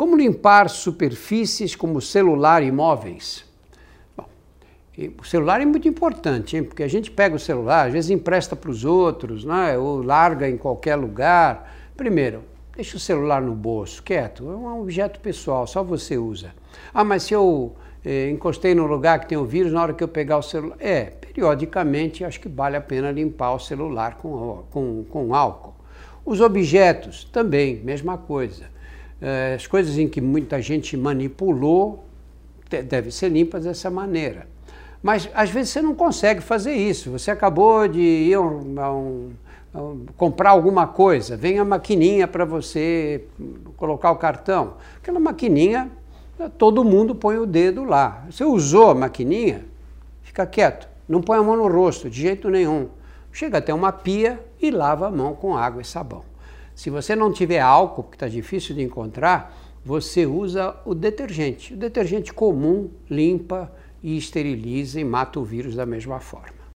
Como limpar superfícies como celular e móveis? Bom, o celular é muito importante, hein? Porque a gente pega o celular, às vezes empresta para os outros, né? Ou larga em qualquer lugar. Primeiro, deixa o celular no bolso, quieto, é um objeto pessoal, só você usa. Ah, mas se eu encostei num lugar que tem o vírus, na hora que eu pegar o celular... periodicamente acho que vale a pena limpar o celular com álcool. Os objetos, também, mesma coisa. As coisas em que muita gente manipulou devem ser limpas dessa maneira. Mas às vezes você não consegue fazer isso. Você acabou de ir comprar alguma coisa, vem a maquininha para você colocar o cartão. Aquela maquininha, todo mundo põe o dedo lá. Você usou a maquininha, fica quieto. Não põe a mão no rosto, de jeito nenhum. Chega até uma pia e lava a mão com água e sabão. Se você não tiver álcool, porque está difícil de encontrar, você usa o detergente. O detergente comum limpa e esteriliza e mata o vírus da mesma forma.